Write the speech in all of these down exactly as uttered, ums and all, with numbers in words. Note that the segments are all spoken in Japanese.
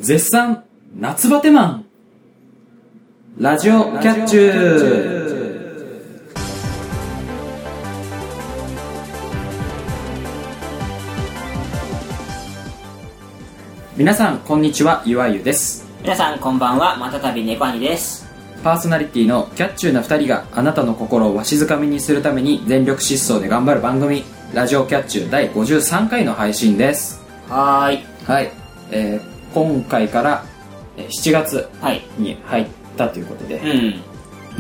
絶賛夏バテマンラジオキャッチュー。皆さんこんにちは、ゆわゆです。 皆さんこんばんは、またたび猫兄です。 パーソナリティのキャッチューなふたりがあなたの心をわしづかみにするために全力疾走で頑張る番組、ラジオキャッチューだいごじゅうさんかいの配信です。 はーい、 はい、えー、今回からしちがつに入ったということで、はい、うん、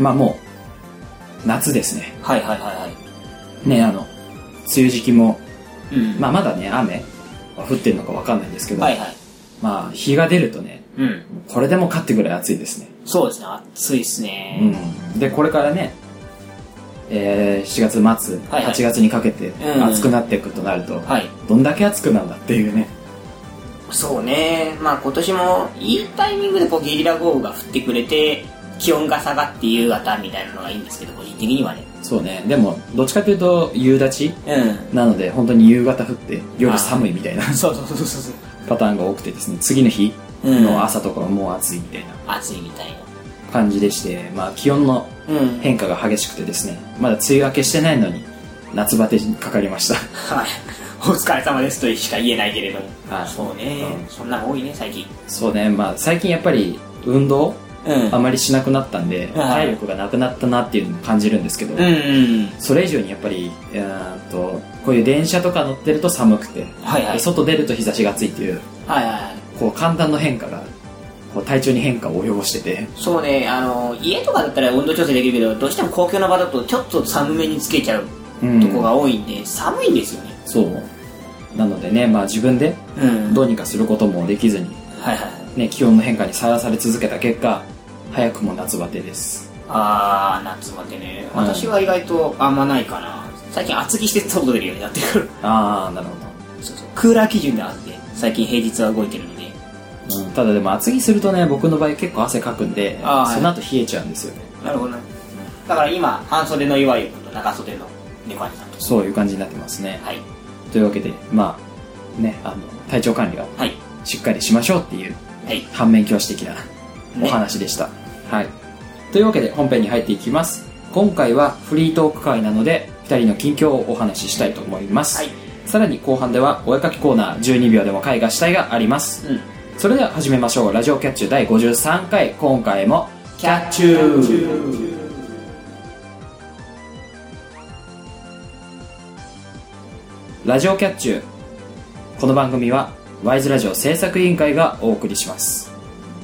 まあもう夏ですね。 はいはいはいはいね、あの梅雨時期も、 うん、 まあまだね雨は降ってるのかわかんないんですけど、 はいはい、 まあ日が出るとね、うん、これでもかってぐらい暑いですね。 そうですね、暑いですね、 うん、でこれからね、えー、しちがつまつ、はいはい、はちがつにかけて暑くなっていくとなると、うん、はい、どんだけ暑くなんだっていうね。 そうね、まあ今年もいいタイミングでこうゲリラ豪雨が降ってくれて気温が下がって夕方みたいなのがいいんですけど、個人的にはね。 そうね、でもどっちかというと夕立ち、うん、なので本当に夕方降って夜寒いみたいなそうそうそうそうそうパターンが多くてですね、次の日の朝とかはもう暑いみたいな、 うん、暑いみたいな感じでして、まあ気温の変化が激しくてですね、まだ梅雨明けしてないのに夏バテにかかりましたはい、お疲れ様ですとしか言えないけれども、はい、そうね、うん、そんなの多いね最近。そうね、 まあ最近やっぱり運動、うん、あまりしなくなったんで、体力がなくなったなっていうのも感じるんですけど、うんうん、それ以上にやっぱりとこういう電車とか乗ってると寒くて、はいはい、外出ると日差しが暑いっていう、はいはいはい、こう寒暖の変化がこう体調に変化を及ぼしてて。そうね、 あの家とかだったら温度調整できるけど、どうしても公共の場だとちょっと寒めにつけちゃうとこが多いんで、うん、寒いんですよね。 そうなのでね、まあ自分でどうにかすることもできずに、うん、はいはいね、気温の変化にさらされ続けた結果、早くも夏バテです。 あー、夏バテね、うん、私は意外とあんまないかな。最近厚着して外出るようになってくる。 あー、なるほど。 そうそう、クーラー基準であって最近平日は動いてるので、 うん、ただでも厚着するとね、僕の場合結構汗かくんで、あ、その後冷えちゃうんですよね。 なるほどね。だから今半袖の岩井君と長袖の猫兄さんとそういう感じになってますね。 はい。 というわけで、まあね、あの体調管理はしっかりしましょうっていう、はい、反面教師的なお話でした、ね、はい。というわけで本編に入っていきます。今回はフリートーク会なのでふたりの近況をお話ししたいと思います、はい。さらに後半ではお絵かきコーナーじゅうにびょうでも絵画したいがあります、うん。それでは始めましょう。ラジオキャッチューだいごじゅうさんかい、今回もキャッチュー。ラジオキャッチュー。この番組はワイズラジオ制作委員会がお送りします。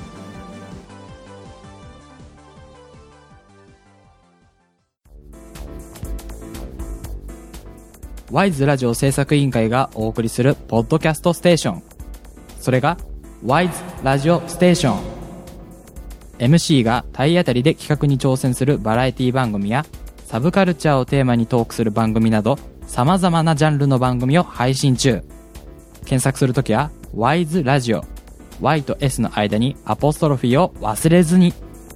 ワイズラジオ制作委員会がお送りするポッドキャストステーション、それがワイズラジオステーション。 エムシー が体当たりで企画に挑戦するバラエティ番組やサブカルチャーをテーマにトークする番組など様々なジャンルの番組を配信中。検索するときは ワイズ ラジオ、 Y と S の間にアポストロフィーを忘れずに。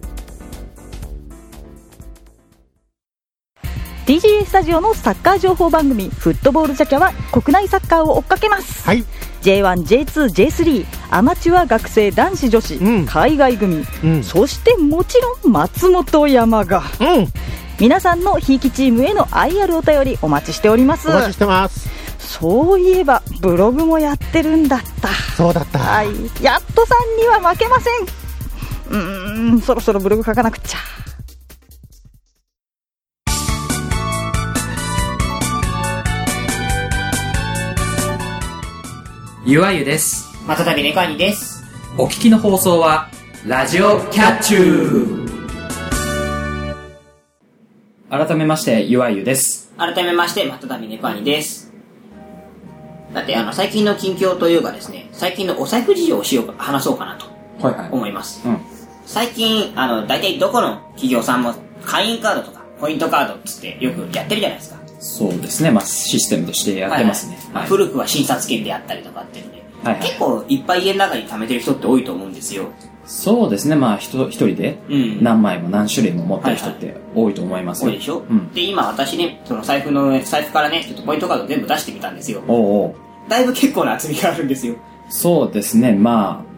ティージーエー スタジオのサッカー情報番組フットボールチャチャは国内サッカーを追っかけます、はい。 ジェイワン、ジェイツー、ジェイスリー、 アマチュア学生男子女子、うん、海外組、うん、そしてもちろん松本山雅、うん、皆さんのひいきチームへの愛あるお便りお待ちしております。 お待ちしてます。 そういえばブログもやってるんだった。 そうだった、 はい、やっとさんには負けません。うーん、そろそろブログ書かなくちゃ。 ゆわゆです。 またたび猫兄です。 お聞きの放送はラジオキャッチュー。改めましてゆわゆです。 改めましてまたたび猫兄です。だってあの最近の近況というかですね、最近のお財布事情をしようか話そうかなと思います、はいはい、うん、最近あの大体どこの企業さんも会員カードとかポイントカードっつってよくやってるじゃないですか。 そうですね、まあ、システムとしてやってますね、はいはいはい、 古くは診察券であったりとかっていうので、はいはい、結構いっぱい家の中に貯めてる人って多いと思うんですよ。 そうですね、まあ一人で何枚も何種類も持ってる人って多いと思いますよ、 はいはい、多いでしょ、うん、で今私ね、その財布の財布からねちょっとポイントカード全部出してみたんですよ。 おうおう、 だいぶ結構な厚みがあるんですよ。 そうですね、まあ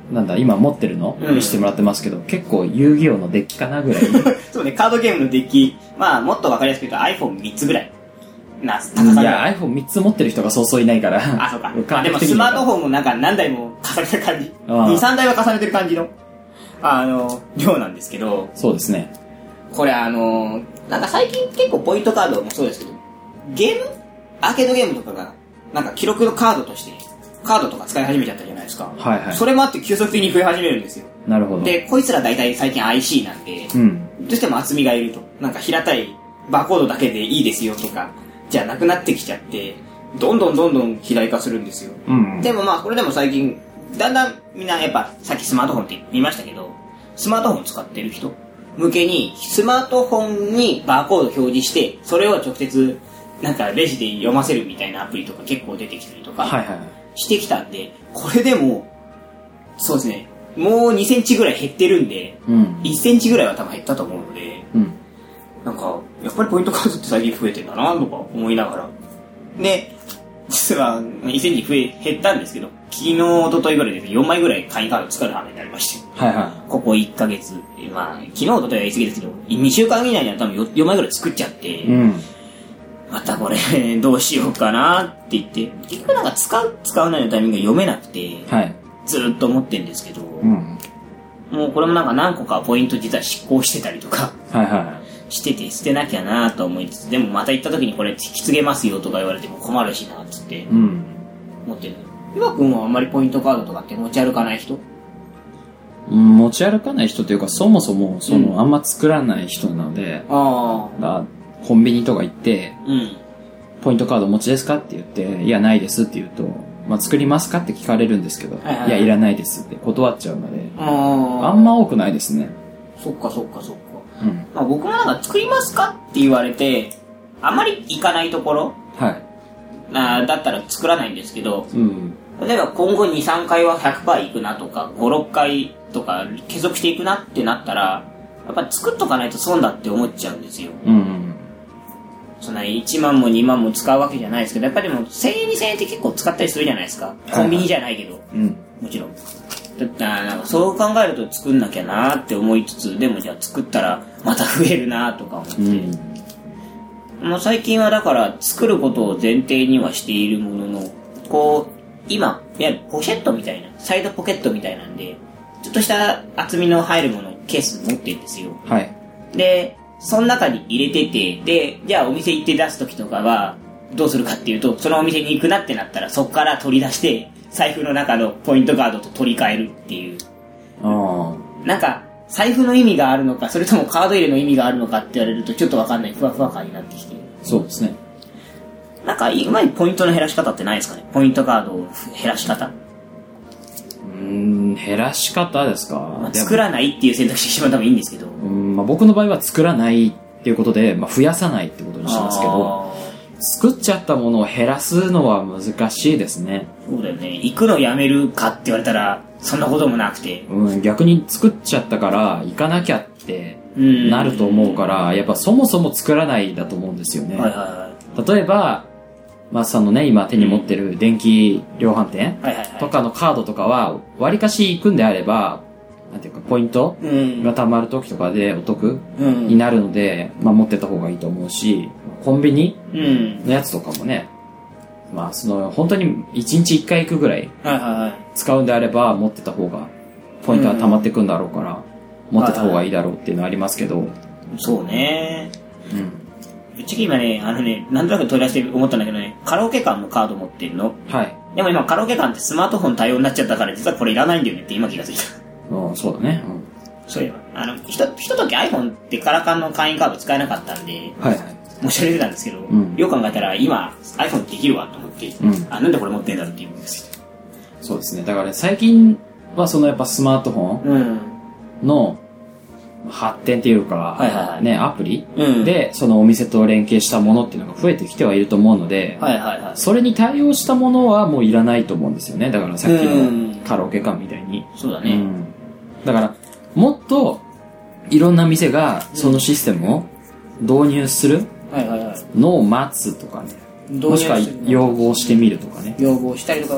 なんだ、今持ってるの見せてもらってますけど、うん、結構遊戯王のデッキかなぐらい。 そうね、カードゲームのデッキ、まあもっとわかりやすく言うと アイフォンみっ つぐらい。な、高さぐらい。 いや、アイフォンみっ つ持ってる人がそうそういないから。 あ、そうか。まあでもスマートフォンもなんか何台も重ねてる感じ。に、さんだいは重ねてる感じの、あの、量なんですけど。 そうですね。 これあの、なんか最近結構ポイントカードもそうですけど、ゲームアーケードゲームとかが、なんか記録のカードとして、カードとか使い始めちゃったじゃないですか。 はいはい。 それもあって急速的に増え始めるんですよ。 なるほど。 で、こいつら大体最近 アイシー なんで、うん。どうしても厚みがいると。なんか平たいバーコードだけでいいですよとか、じゃなくなってきちゃって、どんどんどんどん肥大化するんですよ。うん、うん。でもまあ、これでも最近、だんだんみんなやっぱ、さっきスマートフォンって見ましたけど、スマートフォン使ってる人向けに、スマートフォンにバーコード表示して、それを直接、なんかレジで読ませるみたいなアプリとか結構出てきたりとか、はいはい。してきたんで、これでも、そうですね、もうにセンチぐらい減ってるんで、うん、いっセンチぐらいは多分減ったと思うので、うん、なんか、やっぱりポイントカードって最近増えてんだなとか思いながら。で、実はいっセンチ増え、減ったんですけど、昨日、一昨日ぐらいでよんまいぐらい会員カード使う羽目になりまして、はいはい。ここいっかげつ、まあ、昨日、一昨日は言い過ぎですけど、にしゅうかん以内には多分 4, よんまいぐらい作っちゃって、うん、またこれどうしようかなって言って、結局なんか使う、使わないのタイミングが読めなくて、はい、ずーっと思ってるんですけど、うん、もうこれもなんか何個かポイント実は執行してたりとか、はいはい、してて捨てなきゃなと思いつつ、でもまた行った時にこれ引き継げますよとか言われても困るしなっつって、うん、思ってる。岩君はあんまりポイントカードとかって持ち歩かない人？ うん、持ち歩かない人というか、そもそもその、うん、あんま作らない人なので、あだコンビニとか行って、うん、ポイントカードお持ちですかって言って、いやないですって言うと、まあ、作りますかって聞かれるんですけど、はいはい、いやいらないですって断っちゃうので、ああんま多くないですね。 そっかそっかそっか。うん、まあ、僕もなんか作りますかって言われて、あまり行かないところ、はい、あだったら作らないんですけど、うん、例えば今後に、さんかいは ひゃくパーセント 行くなとか、ご、ろっかいとか継続していくなってなったら、やっぱり作っとかないと損だって思っちゃうんですよ。うんうん、そんなにいちまんもにまんも使うわけじゃないですけど、やっぱりでもせんえんにせんえんって結構使ったりするじゃないですか。コンビニじゃないけど。はいはい、もちろん。だったなんかそう考えると作んなきゃなって思いつつ、でもじゃあ作ったらまた増えるなとか思って。うん、もう最近はだから作ることを前提にはしているものの、こう、今、いわゆるポシェットみたいな、サイドポケットみたいなんで、ちょっとした厚みの入るものをケース持ってるんですよ。はい。で、その中に入れてて、で、じゃあお店行って出すときとかは、どうするかっていうと、そのお店に行くなってなったら、そこから取り出して、財布の中のポイントカードと取り替えるっていう。ああ。なんか、財布の意味があるのか、それともカード入れの意味があるのかって言われると、ちょっとわかんないふわふわ感になってきて。 そうですね。 なんか、うまいポイントの減らし方ってないですかね？ポイントカードを減らし方。 うーん、減らし方ですか？ まあ、作らないっていう選択肢しても多分いいんですけど。 うん、まあ、僕の場合は作らないっていうことで、まあ、増やさないってことにしてますけど、作っちゃったものを減らすのは難しいですね。 そうだよね。行くのやめるかって言われたら、そんなこともなくて。 うん、逆に作っちゃったから、行かなきゃってなると思うから、やっぱそもそも作らないだと思うんですよね。はいはいはい。例えば、まあ、そのね、今手に持ってる電気量販店とかのカードとかは、割かし行くんであれば、なんていうか、ポイントが貯まる時とかでお得になるので、まあ、持ってた方がいいと思うし、コンビニのやつとかもね、まあ、その、本当にいちにちいっかい行くぐらい使うんであれば、持ってた方が、ポイントが溜まってくんだろうから、持ってた方がいいだろうっていうのはありますけど。 そうね。うん。ぶっちゃけ今ね、あのね、なんとなく取り出して思ったんだけどね、カラオケ館のカード持ってるの。はい。でも今カラオケ館ってスマートフォン対応になっちゃったから、実はこれいらないんだよねって今気がついた。 ああ、そうだね。うん。 そういえば。あの、ひと、ひととき iPhone ってカラカンの会員カード使えなかったんで、はいはい。申し訳出てたんですけど、うん、よく考えたら今 iPhone できるわと思って、うん、あ、なんでこれ持ってんだろうっていうんですよ。 そうですね。だから最近はそのやっぱスマートフォンの発展っていうか、はいはいはい、ね、アプリ、うん、でそのお店と連携したものっていうのが増えてきてはいると思うので、はいはいはい、それに対応したものはもういらないと思うんですよね。だからさっきのカラオケ館みたいに。 そうだね、うん。 だからもっといろんな店がそのシステムを導入するのを待つとかね、もしくは要望してみるとかね。 要望したりとか、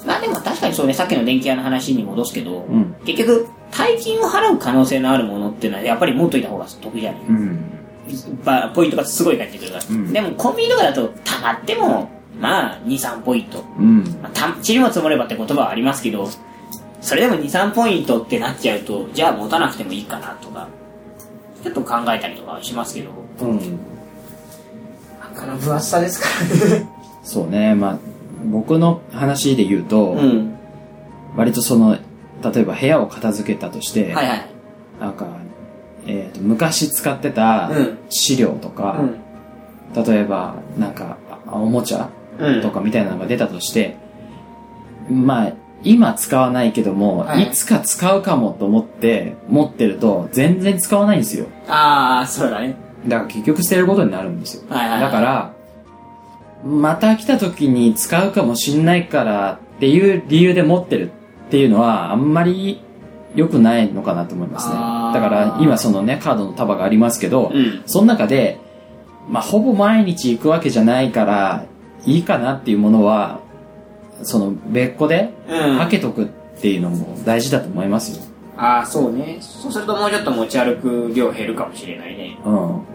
まあでも確かにそうね、さっきの電気屋の話に戻すけど、うん、結局、大金を払う可能性のあるものっていうのは、やっぱり持っといた方が得じゃない、うん、ポイントがすごい返ってくるから、うん。でもコンビニとかだと、溜まっても、まあ、に、さんポイント。うんまあ、た塵も積もればって言葉はありますけど、それでもに、さんポイントってなっちゃうと、じゃあ持たなくてもいいかなとか、ちょっと考えたりとかしますけど。うん。この分厚さですからね。 そうね、まあ、僕の話で言うと、うん、割とその、例えば部屋を片付けたとして、はいはい、なんか、えーと、昔使ってた資料とか、うん、例えば、なんか、おもちゃとかみたいなのが出たとして、うん、まあ、今使わないけども、はい、いつか使うかもと思って持ってると全然使わないんですよ。 ああ、そうだね。 だから結局捨てることになるんですよ。はいはいはい、だから、また来た時に使うかもしんないからっていう理由で持ってるっていうのはあんまり良くないのかなと思いますね。だから今そのね、カードの束がありますけど、うん、その中で、まあほぼ毎日行くわけじゃないからいいかなっていうものは、その別個で開けとくっていうのも大事だと思いますよ。 うん、ああ、そうね。そうするともうちょっと持ち歩く量減るかもしれないね。 うん。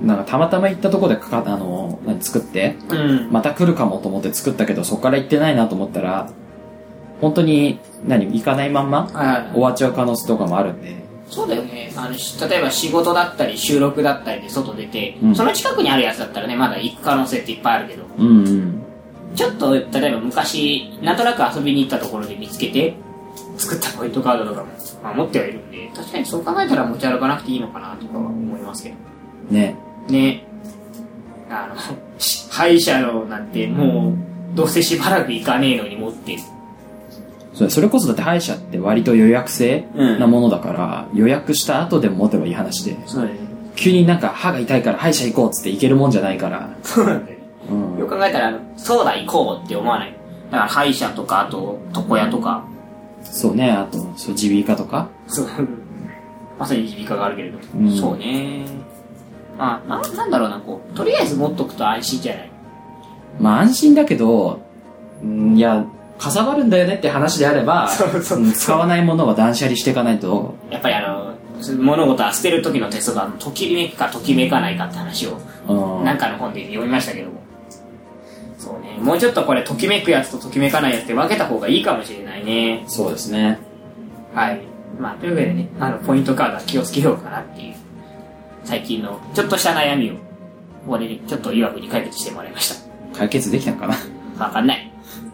なんかたまたま行ったとこでかかあの何作って、うん、また来るかもと思って作ったけどそこから行ってないなと思ったら本当に何行かないまんま終わっちゃう可能性とかもあるんで。 そうだよね。あの例えば仕事だったり収録だったりで外出て、うん、その近くにあるやつだったらねまだ行く可能性っていっぱいあるけど。うんうん。ちょっと例えば昔なんとなく遊びに行ったところで見つけて作ったポイントカードとかも、まあ、持ってはいるんで、確かにそう考えたら持ち歩かなくていいのかなとかは思いますけどね。 ね。あの歯医者のなんてもうどうせしばらく行かねえのに持ってる。 それこそだって歯医者って割と予約制なものだから、うん、予約した後でも持てばいい話で、そうだね、急になんか歯が痛いから歯医者行こうっつって行けるもんじゃないから。 そうなんだよ。うん、よく考えたら、そうだ行こうって思わない。だから歯医者とか、あと床屋とか。 そうね、あとそう耳鼻科とか。そう。 まさに耳鼻科があるけれど、うん、そうね。まあな、なんだろうな、こうとりあえず持っとくと安心じゃない。 まあ安心だけど、んいやかさばるんだよねって話であれば、そうそうそう、使わないものは断捨離していかないと。 やっぱりあの物事は捨てる時のテストがときめくかときめかないかって話をなんかの本で読みましたけども。そうね、もうちょっとこれときめくやつとときめかないやつって分けた方がいいかもしれないね。 そうですね。 はい。まあというわけでね、あのポイントカードは気をつけようかなっていう最近のちょっとした悩みをここでねちょっと岩くに解決してもらいました。 解決できたのかな。 分かんない。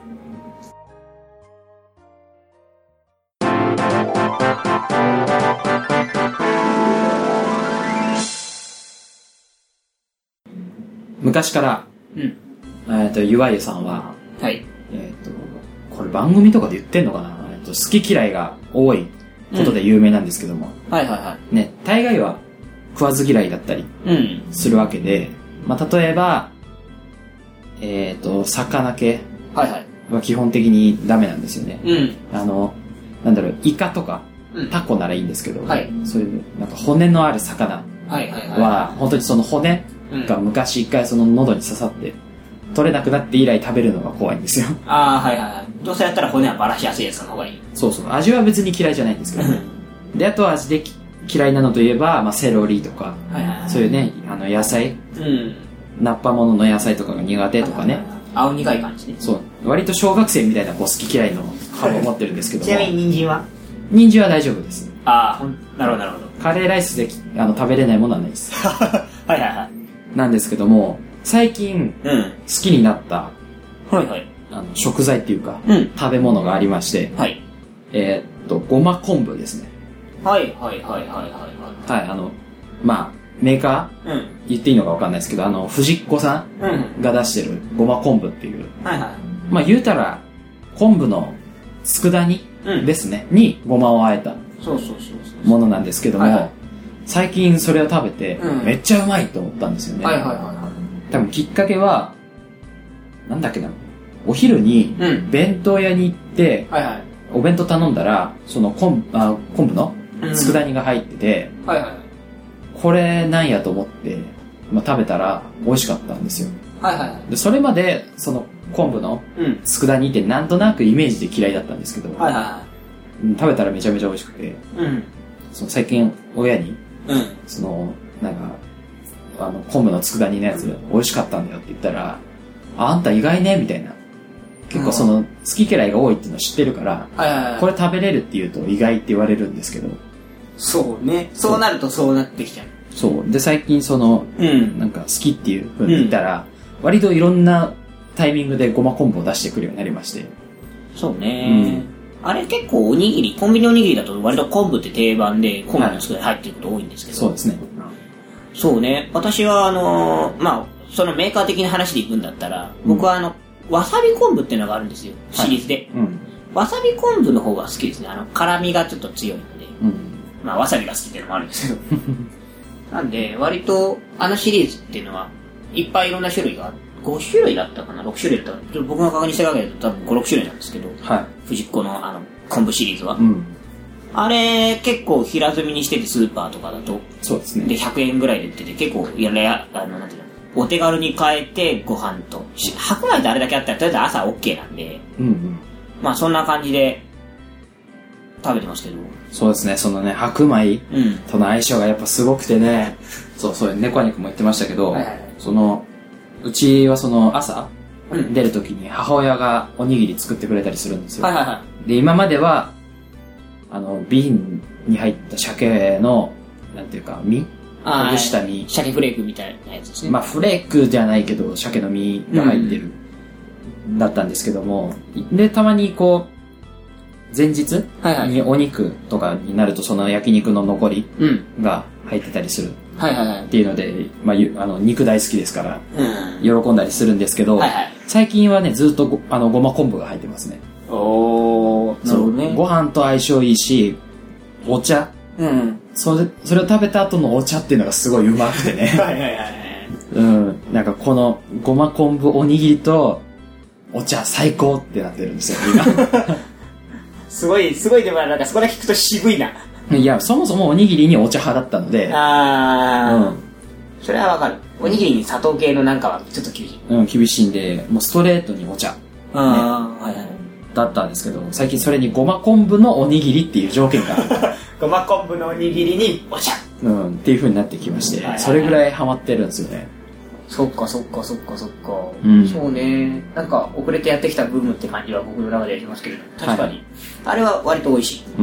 昔から、うん、えっとゆわゆさんは、はい、えっとこれ番組とかで言ってんのかな、えっと好き嫌いが多いことで有名なんですけども、うん、はいはいはいね、大概は食わず嫌いだったりするわけで、うん、まあ例えばえっと魚系は基本的にダメなんですよね。うん、あのなんだろう、イカとかタコならいいんですけど、うん、はい、そういうなんか骨のある魚は本当にその骨が昔一回その喉に刺さって取れなくなって以来食べるのが怖いんですよ。 ああ、はいはいはい。どうせやったら骨はバラしやすいやつの方がいい。 そうそう、味は別に嫌いじゃないんですけどで、あとは味で嫌いなのといえば、まあ、セロリとか、はいはいはい、そういうね、あの野菜、うん、ナッパものの野菜とかが苦手とかね、はいはいはい、 青苦い感じね。 そう、割と小学生みたいなこう好き嫌いの幅を持ってるんですけども。 ちなみに人参は人参は大丈夫です。 ああ、なるほどなるほど。 カレーライスであの食べれないものはないですはいはいはい。 なんですけども、最近、うん、好きになった、はいはい、あの食材っていうか、うん、食べ物がありまして、はい、えー、っとごま昆布ですね。はいはいはいはいはいはい。はい、あのまあメーカー、うん、言っていいのかわかんないですけど、あの藤子さんが出してるごま昆布っていう、はいはい、まあ言うたら昆布の佃煮ですね、うん、にごまをあえたものなんですけども、はいはい、最近それを食べて、うん、めっちゃうまいと思ったんですよね。はいはいはいはい。多分きっかけはなんだっけな、お昼に弁当屋に行って、うん、はいはい、お弁当頼んだらその昆布、あ、昆布の佃煮が入ってて、うん、はいはい、これなんやと思って、まあ、食べたら美味しかったんですよ。 はいはい。 で、それまで、その、昆布の、佃煮ってなんとなくイメージで嫌いだったんですけど、 はいはいはい。 食べたらめちゃめちゃ美味しくて、うん。その最近、親に、うん。その、なんか、あの、昆布の佃煮のやつ、美味しかったんだよって言ったら、あ、あんた意外ねみたいな。結構その、好き嫌いが多いっていうのを知ってるから、はいはいはい、これ食べれるって言うと意外って言われるんですけど。 そうね。そうなるとそうなってきちゃう。 そう。で、最近その、うん、なんか好きっていう風に言ったら、うん、割といろんなタイミングでごま昆布を出してくるようになりまして。 そうね、うん。あれ結構おにぎり、コンビニおにぎりだと割と昆布って定番で昆布の佃煮入ってること多いんですけど、 はい。そうですね。 そうね。私はあのー、まあ、そのメーカー的な話でいくんだったら、僕はあの、うん、わさび昆布っていうのがあるんですよ。シリーズで。はい、うん、わさび昆布の方が好きですね。あの、辛みがちょっと強いので。うん、まあ、わさびが好きっていうのもあるんですけど。なんで、割と、あのシリーズっていうのは、いっぱいいろんな種類がある。ご種類だったかな ?ろく 種類だったかな僕が確認したわけだと多分ご、ろく種類なんですけど、はい。藤子のあの、昆布シリーズは。うん。あれ、結構平積みにしててスーパーとかだと。 そうですね。 で、ひゃくえんぐらいで売ってて、結構、やれや、あの、なんていうの、お手軽に買えてご飯と。白米とあれだけあったら、とりあえず朝 OK なんで。うんうん。まあ、そんな感じで、食べてますけど。 そうですね、そのね、白米との相性がやっぱすごくてね、うん、そうそう、猫肉も言ってましたけど、はいはいはい、その、うちはその朝、うん、出るときに母親がおにぎり作ってくれたりするんですよ。はいはいはい。で、今までは、あの、瓶に入った鮭の、なんていうか、身ほぐした身。 鮭フレークみたいなやつですね。 まあ、フレークじゃないけど、鮭の身が入ってる、うん、だったんですけども、で、たまにこう、前日にお肉とかになるとその焼肉の残りが入ってたりするっていうので、まあ、あの肉大好きですから喜んだりするんですけど、最近はねずっと ご, あのごま昆布が入ってますね。 おー、なるほどね。 ご飯と相性いいし、お茶、うん、それそれを食べた後のお茶っていうのがすごいうまくてねはいはいはい、うん、なんかこのごま昆布おにぎりとお茶最高ってなってるんですよ今すごい、すごいでもなんかそこだけ聞くと渋いな。 いや、そもそもおにぎりにお茶派だったので。あー。うん。それはわかる。おにぎりに砂糖系のなんかはちょっと厳しい。 うん、厳しいんで、もうストレートにお茶。ね、あー、はいはい。だったんですけど、最近それにごま昆布のおにぎりっていう条件がある。 ごま昆布のおにぎりにお茶。 うん、っていう風になってきまして、はいはいはい、それぐらいハマってるんですよね。 そっかそっかそっかそっか、うん、そうね。なんか遅れてやってきたブームって感じは僕の中でやりますけれど、確かに、はい、あれは割と美味しい。うん。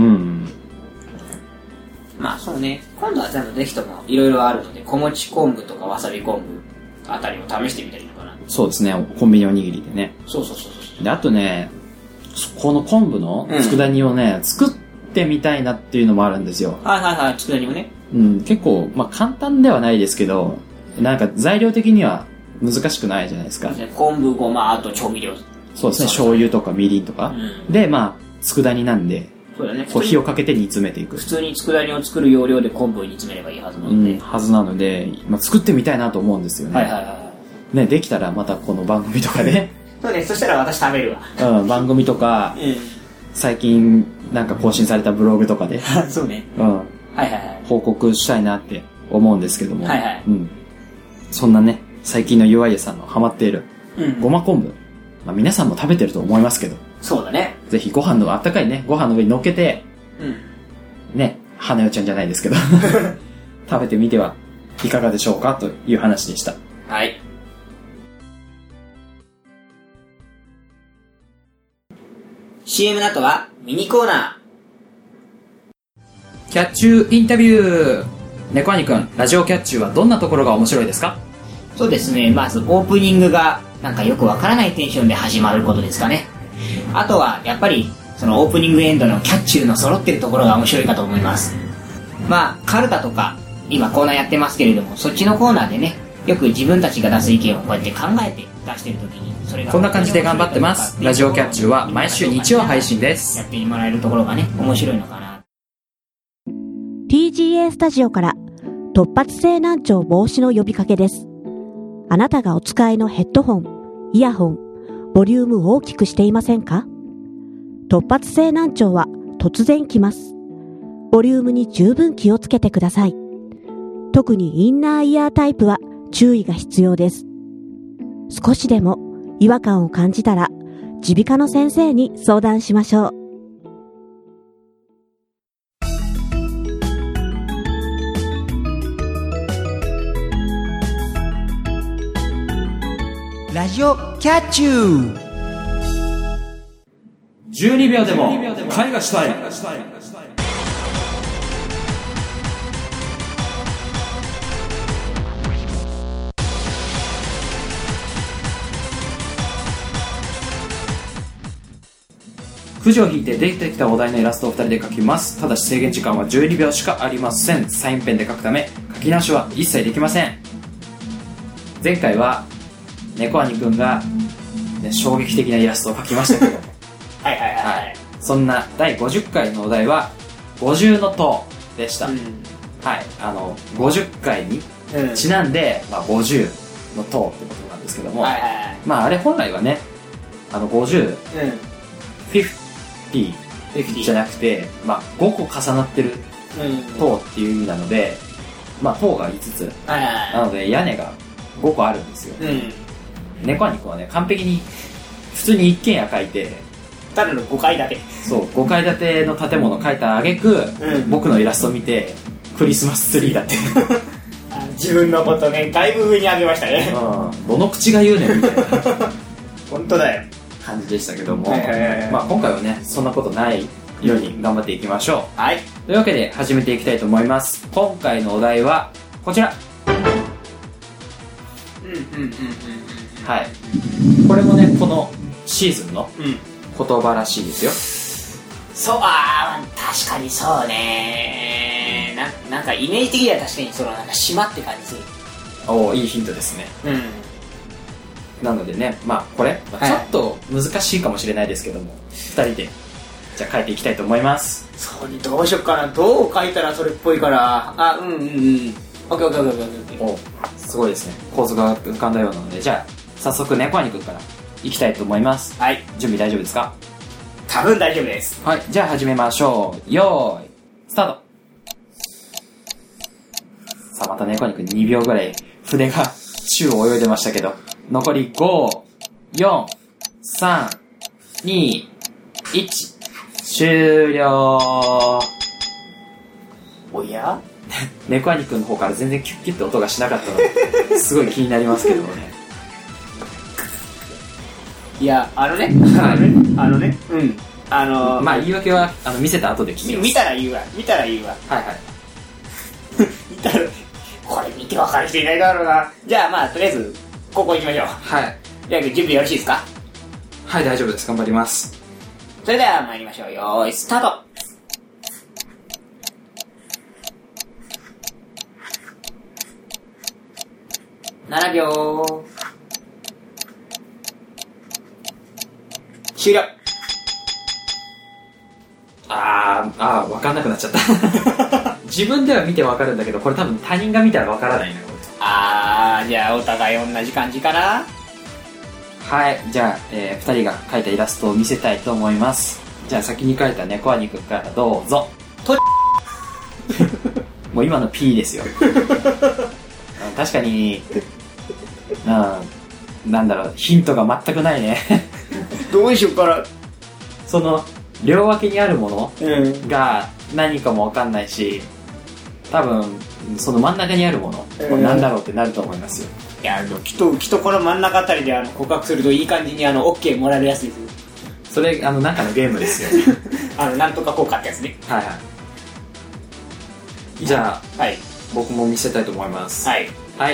まあそうね。今度は全部ぜひともいろいろあるので、小餅昆布とかわさび昆布あたりも試してみたらいいのかな。 そうですね。コンビニおにぎりでね。 そうそうそうそう。 であとね、この昆布の佃煮をね、うん、作ってみたいなっていうのもあるんですよ。 はいはいはい。佃煮をね。 うん。結構まあ簡単ではないですけど。なんか材料的には難しくないじゃないですか。 昆布、ごま、あと調味料。 そうですね、醤油とかみりんとか。うん、で、まあ、佃煮なんで、そうだね、こう火をかけて煮詰めていく。 普通に佃煮を作る要領で昆布を煮詰めればいいはずなので。 うん、はずなので、まあ、作ってみたいなと思うんですよね。はいはいはい。ね、できたらまたこの番組とかで。 そうね、そしたら私食べるわ。うん、番組とか、うん、最近なんか更新されたブログとかで。 そうね。 うん。はいはいはい。報告したいなって思うんですけども。はいはい。うん。そんなね、最近のゆあいえさんのハマっている、うん、ごま昆布。まあ皆さんも食べてると思いますけど。 そうだね。 ぜひご飯の、あったかいね、ご飯の上に乗っけて、うん、ね、花代ちゃんじゃないですけど、食べてみてはいかがでしょうかという話でした。はい。 シーエム の後はミニコーナー。キャッチューインタビュー。猫兄くん、ラジオキャッチューはどんなところが面白いですか？ そうですね、まずオープニングがなんかよくわからないテンションで始まることですかね。あとはやっぱりそのオープニングエンドのキャッチューの揃ってるところが面白いかと思います。まあカルタとか今コーナーやってますけれども、そっちのコーナーでね、よく自分たちが出す意見をこうやって考えて出してるときに、それがこんな感じで頑張ってます。ラジオキャッチューは毎週日曜配信です。 やってもらえるところがね、面白いのかな。 ティージーエー スタジオから突発性難聴防止の呼びかけです。あなたがお使いのヘッドホン、イヤホン、ボリュームを大きくしていませんか？突発性難聴は突然来ます。ボリュームに十分気をつけてください。特にインナーイヤータイプは注意が必要です。 少しでも違和感を感じたら耳鼻科の先生に相談しましょう。 ラジオキャッチュー。 じゅうにびょうでも絵画したい。くじを引いて出てきたお題のイラストをふたりで描きます。ただし制限時間はじゅうにびょうしかありません。サインペンで描くため書き直しは一切できません。前回は猫兄くんが、ね、衝撃的なイラストを描きましたけどはいはいはい、はい、 そんなだいごじゅっかいのお題は五重塔でした、うん、はい、あのごじゅっかいにちなんで、うん、まあ、ごじゅうの塔ってことなんですけども、はいはいはい、まああれ本来はねあのごじゅう、うん、ごじゅうじゃなくて、まあ、ごこ重なってる塔っていう意味なので、まあ塔がいつつ、はいはいはい、なので屋根がごこあるんですよ、うん、猫兄くんはね完璧に普通に一軒家描いてただのごかいだてそうごかいだての建物描いた挙句、うん、僕のイラストを見てクリスマスツリーだって自分のことねだいぶ上に上げましたね、 うん、どの口が言うねんみたいな本当だよ感じでしたけども、はいはいはいはい、まあ、今回はねそんなことないように頑張っていきましょう、はい、というわけで始めていきたいと思います。今回のお題はこちら、うんうんうんうん、はい、これもねこのシーズンの言葉らしいですよ、 うん、そう、あー確かにそうねな、なんかイメージ的には確かにそのなんか島って感じする。 おお、いいヒントですね。うん。なのでね、まあこれ、まあ、ちょっと難しいかもしれないですけども、はい、ふたりでじゃあ書いていきたいと思います。 そうね、どうしよっかな、どう書いたらそれっぽいから、あ、うんうんうん、オッケーオッケーオッケーオッケー。 お、すごいですね。構図が浮かんだようなので、じゃあ早速猫兄くんからいきたいと思います。はい。準備大丈夫ですか？ 多分大丈夫です。 はい、じゃあ始めましょう。よーい、スタート。さあまた猫兄くんにびょうぐらい筆が宙を泳いでましたけど、残りご、よん、さん、に、いち、終了。 おや猫兄くんの方から全然キュッキュッって音がしなかったのですごい気になりますけどもね。 いや、あのね、あのね、あのね、うん。あのー、 まあ言い訳はあの見せた後で聞きます。 見たら言うわ、見たら言うわ。 はいはい。 見たら、これ見て分かる人いないだろうな。じゃあまあとりあえず、ここ行きましょう。はい。じゃあ準備よろしいですか？ はい、大丈夫です。頑張ります。 それでは参りましょう。よーい、スタート。ななびょう。終了。 あー、あー、分かんなくなっちゃった自分では見て分かるんだけど、これ多分他人が見たら分からないな、これ。 あー、じゃあお互い同じ感じかな。 はい、じゃあ、えー、ふたりが描いたイラストを見せたいと思います。じゃあ先に描いた猫兄くんからどうぞ。ともう今の P ですよ確かに、うん、なんだろう、ヒントが全くないねどうしようかな。 その両脇にあるものが何かも分かんないし、多分その真ん中にあるもの、うん、何だろうってなると思いますよ。 いや、きっときっとこの真ん中あたりであの告白するといい感じにあの OK もらえるやつですよ。 それあの中のゲームですよねあのなんとか効果ってやつね。 はいはい。じゃあ、はい、僕も見せたいと思います。はいはい。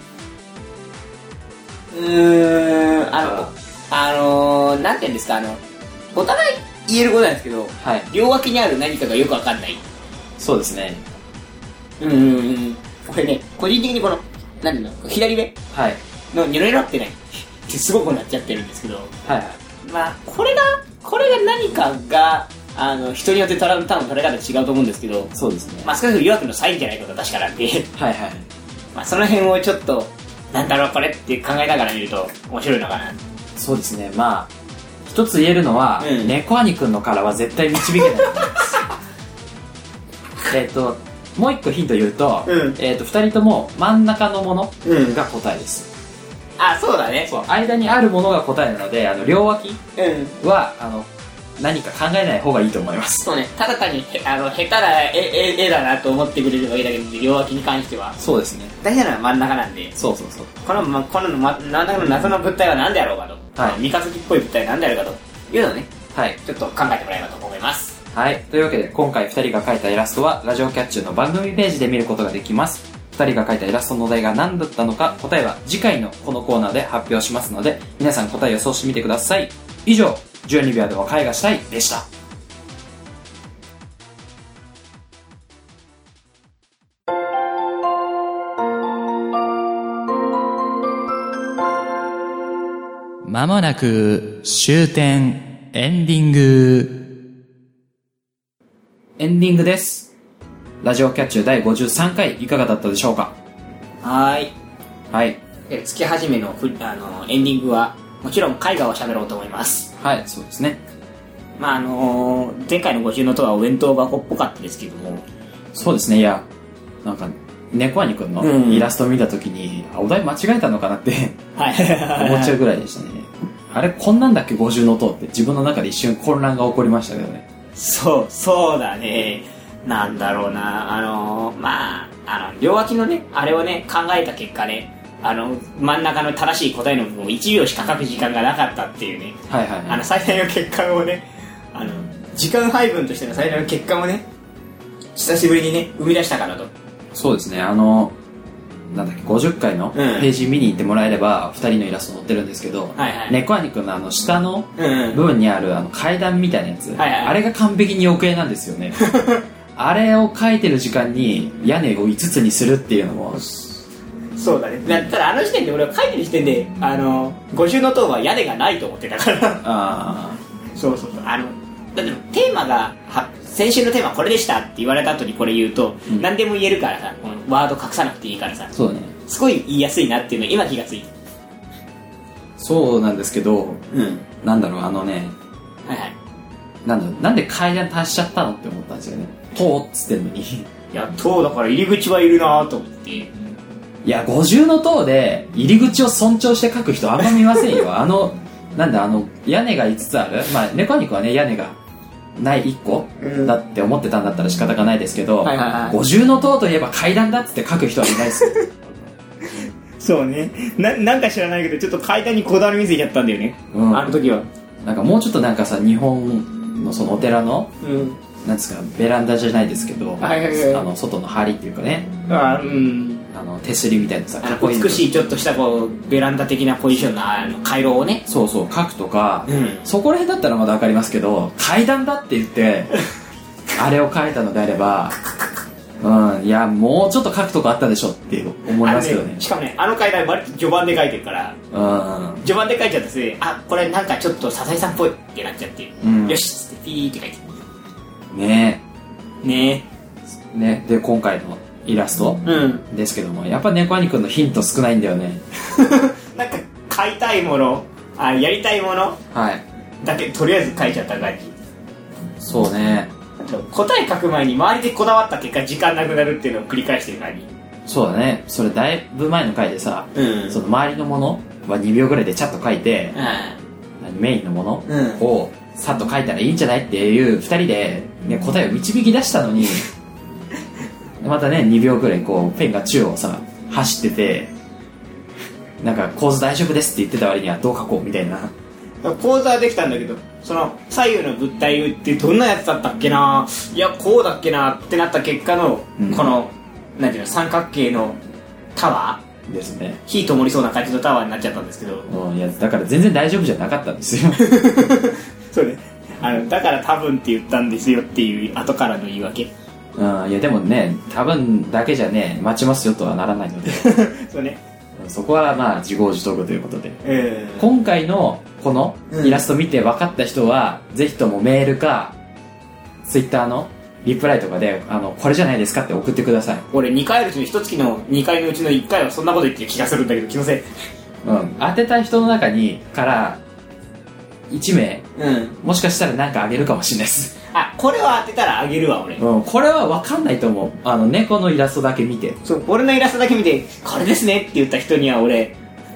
うーん、あのあのー、なんて言うんですか、あのお互い言えることなんですけど、はい、両脇にある何かがよくわかんない。 そうですね。 うんうんうん。これね、個人的にこのなんていうの、左目のニョロニョロってないってすごくなっちゃってるんですけど、はいはい。まあこれがこれが何かがあの人によって多分捉え方違うと思うんですけど、 そうですね。 まあ少なくとも弱くのサインじゃないことは確かなんで、はいはい。まあその辺をちょっとなんだろうこれって考えながら見ると面白いのかな。 そうですね。まあ一つ言えるのは、うん、猫兄くんの殻は絶対導けないと思いますえっともう一個ヒント言うと、うん、えっと二人とも真ん中のものが答えです。 あ、そうだね。 そう、間にあるものが答えなので、あの両脇は、うん、あの何か考えない方がいいと思います。 そうね、ただ単にあの下手な絵絵絵だなと思ってくれればいいだけで、両脇に関してはそうですね、 大事なのは真ん中なんで。 そうそうそう、 この、ま、この真ん中の謎の物体は何であろうかと、はい、三日月っぽい物体は何であるかというのをね、はい、ちょっと考えてもらえればと思います。 はい、というわけで今回ふたりが描いたイラストはラジオキャッチューの番組ページで見ることができます。ふたりが描いたイラストのお題が何だったのか、答えは次回のこのコーナーで発表しますので、皆さん答えを予想してみてください。以上、じゅうにびょうでは絵画したいでした。まもなく終点エンディング。エンディングです。ラジオキャッチューだいごじゅうさんかいいかがだったでしょうか。 はーい。 はい。 え月始めのふあのエンディングはもちろん絵画を喋ろうと思います。 はい、そうですね。 まああのー、前回のごじゅうの塔はお弁当箱っぽかったですけども。 そうですね。いや、なんか猫兄くんのイラストを見たときに、うん、お題間違えたのかなって思っちゃうぐらいでしたね。あれこんなんだっけごじゅうの塔って自分の中で一瞬混乱が起こりましたけどね。 そうそうだね。なんだろうな、あのー、まああの両脇のねあれをね考えた結果ね、あの真ん中の正しい答えの部分をいちびょうしか書く時間がなかったっていうね、 はいはいはい、 あの最大の欠陥をね、あの時間配分としての最大の欠陥をね久しぶりにね生み出したかなと。 そうですね、あのなんだっけごじゅっかいのページ見に行ってもらえればふたりのイラスト載ってるんですけど、はいはい、猫兄くんのあの下の部分にあるあの階段みたいなやつ、はいはい、あれが完璧に余計なんですよねあれを描いてる時間に屋根をいつつにするっていうのもそうだね。だったらあの時点で俺は描いてる時点であのごじゅうの塔は屋根がないと思ってたからあそうそうそう、あのだってテーマがは先週のテーマはこれでしたって言われた後にこれ言うと、うん、何でも言えるからさ、このワード隠さなくていいからさ、 そうね、 すごい言いやすいなっていうの今気がついた。 そうなんですけど、うん、なんだろうあのね、はいはい、なんだなんで階段足しちゃったのって思ったんですよね。塔っつってんのにいや塔だから入り口はいるなと思って、いやごじゅうの塔で入り口を尊重して書く人あんま見ませんよあのなんだあの屋根がいつつある、まあ猫肉はね屋根がないいっこだって思ってたんだったら仕方がないですけど、はいはいはい、ごじゅうの塔といえば階段だっつって書く人はいないですよそうね な, なんか知らないけどちょっと階段にこだわり見せちゃったんだよね、うん、あの時はなんかもうちょっとなんかさ日本のそのお寺の、うん、なんですかベランダじゃないですけど、はいはいはい、あの外の梁っていうかね、あ、うん、あの手すりみたいなさかっこいい美しいちょっとしたこうベランダ的なポジションのあの回廊をねそうそう書くとか、うん、そこら辺だったらまだ分かりますけど階段だって言ってあれを書いたのであればうん、いやもうちょっと書くとこあったでしょって思いますけど ね, ねしかもねあの階段割と序盤で書いてるから、うん、序盤で書いちゃって、あこれなんかちょっとサザエさんっぽいってなっちゃって、うん、よしっつってピーって書いてるねえねえねで今回のイラスト、うん、ですけどもやっぱ猫兄くんのヒント少ないんだよねなんか買いたいものあやりたいもの、はい、だけとりあえず書いちゃった感じ。 そうね、 答え書く前に周りでこだわった結果時間なくなるっていうのを繰り返してる感じ。 そうだね、それだいぶ前の回でさ、うん、その周りのものはにびょうぐらいでチャッと書いて、うん、メインのものをさっと書いたらいいんじゃないっていうふたりで、ね、答えを導き出したのにまたねにびょうぐらいこうペンが宙をさ走っててなんか構図大丈夫ですって言ってた割にはどう書こうみたいな。 構図はできたんだけどその左右の物体ってどんなやつだったっけな、いやこうだっけなってなった結果の、うん、このなんていうの三角形のタワーですね、 火灯りそうな感じのタワーになっちゃったんですけど、 うん、いやだから全然大丈夫じゃなかったんですよそうね、あのだから多分って言ったんですよっていう後からの言い訳。 うん、いやでもね多分だけじゃね待ちますよとはならないのでそうね、 そこはまあ自業自得ということで、えー、今回のこのイラスト見て分かった人は、うん、ぜひともメールかツイッターのリプライとかであのこれじゃないですかって送ってください。 俺にかいあるうちのいちがつのにかいのうちのいっかいはそんなこと言ってる気がするんだけど気のせい、 うん、当てた人の中にからいちめい、うん、もしかしたら何かあげるかもしれないです。 あ、これは当てたらあげるわ俺、 うん、これは分かんないと思う。あの猫のイラストだけ見て、 そう俺のイラストだけ見てこれですねって言った人には俺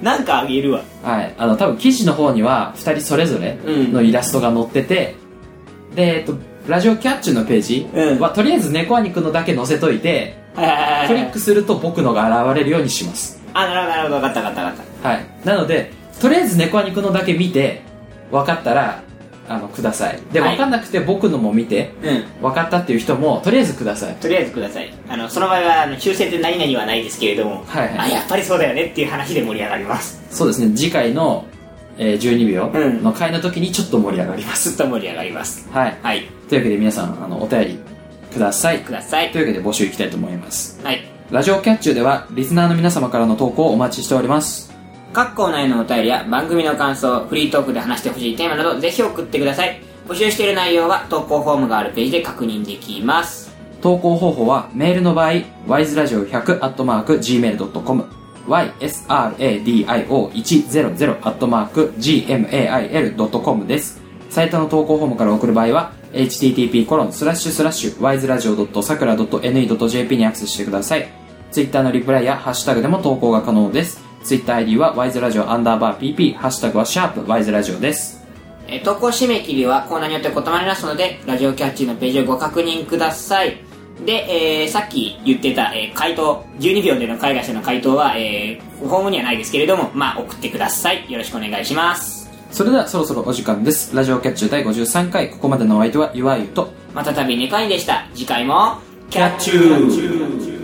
なんかあげるわ。 はい。あの、多分記事の方にはふたりそれぞれのイラストが載ってて、うん、で、えっと、ラジオキャッチュのページは、うん、とりあえず猫兄くんのだけ載せといて、クリックすると僕のが現れるようにします。 あ、なるほど、なるほど。分かった分かった分かった。はい。なので、とりあえず猫兄くんのだけ見て、分かったら、あの、ください。で、はい、分かんなくて僕のも見て、うん、分かったっていう人も、とりあえずください。 とりあえずください。あの、その場合は、あの、抽選で何々はないですけれども、はいはい、あ、やっぱりそうだよねっていう話で盛り上がります。 そうですね、次回の、えー、じゅうにびょうの回の時にちょっと盛り上がります。 ちょっと盛り上がります。 はい。はい。というわけで皆さん、あの、お便りください。 ください。 というわけで募集いきたいと思います。 はい。 ラジオキャッチューでは、リスナーの皆様からの投稿をお待ちしております。 各コーナーへのお便りや番組の感想、フリートークで話してほしいテーマなど、ぜひ送ってください。募集している内容は投稿フォームがあるページで確認できます。 投稿方法は、メールの場合、ワイズラジオひゃく アットマーク ジーメール ドットコム、ワイエスアールエーディーアイオーひゃく アットマーク ジーメール ドットコム です。サイトの投稿フォームから送る場合は、エイチティーティーピーコロンスラッシュスラッシュワイズラジオドットサクラドットエヌイードットジェーピー にアクセスしてください。ツイッターのリプライやハッシュタグでも投稿が可能です。ツイッター アイディー はワイズラジオアンダーバー ピーピー、ハッシュタグはシャープワイズラジオです。 え投稿締め切りはコーナーによって異なりますので、ラジオキャッチのページをご確認ください。で、えー、さっき言ってた、えー、回答、じゅうにびょうでの海外者の回答は、えー、フォームにはないですけれども、まあ、送ってください。よろしくお願いします。 それではそろそろお時間です。ラジオキャッチューだいごじゅうさんかい、ここまでのお相手はゆわゆと、 またたびにかいでした。次回も、 キャッチュー。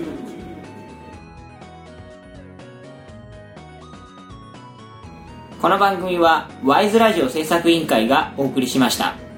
この番組はワイズラジオ制作委員会がお送りしました。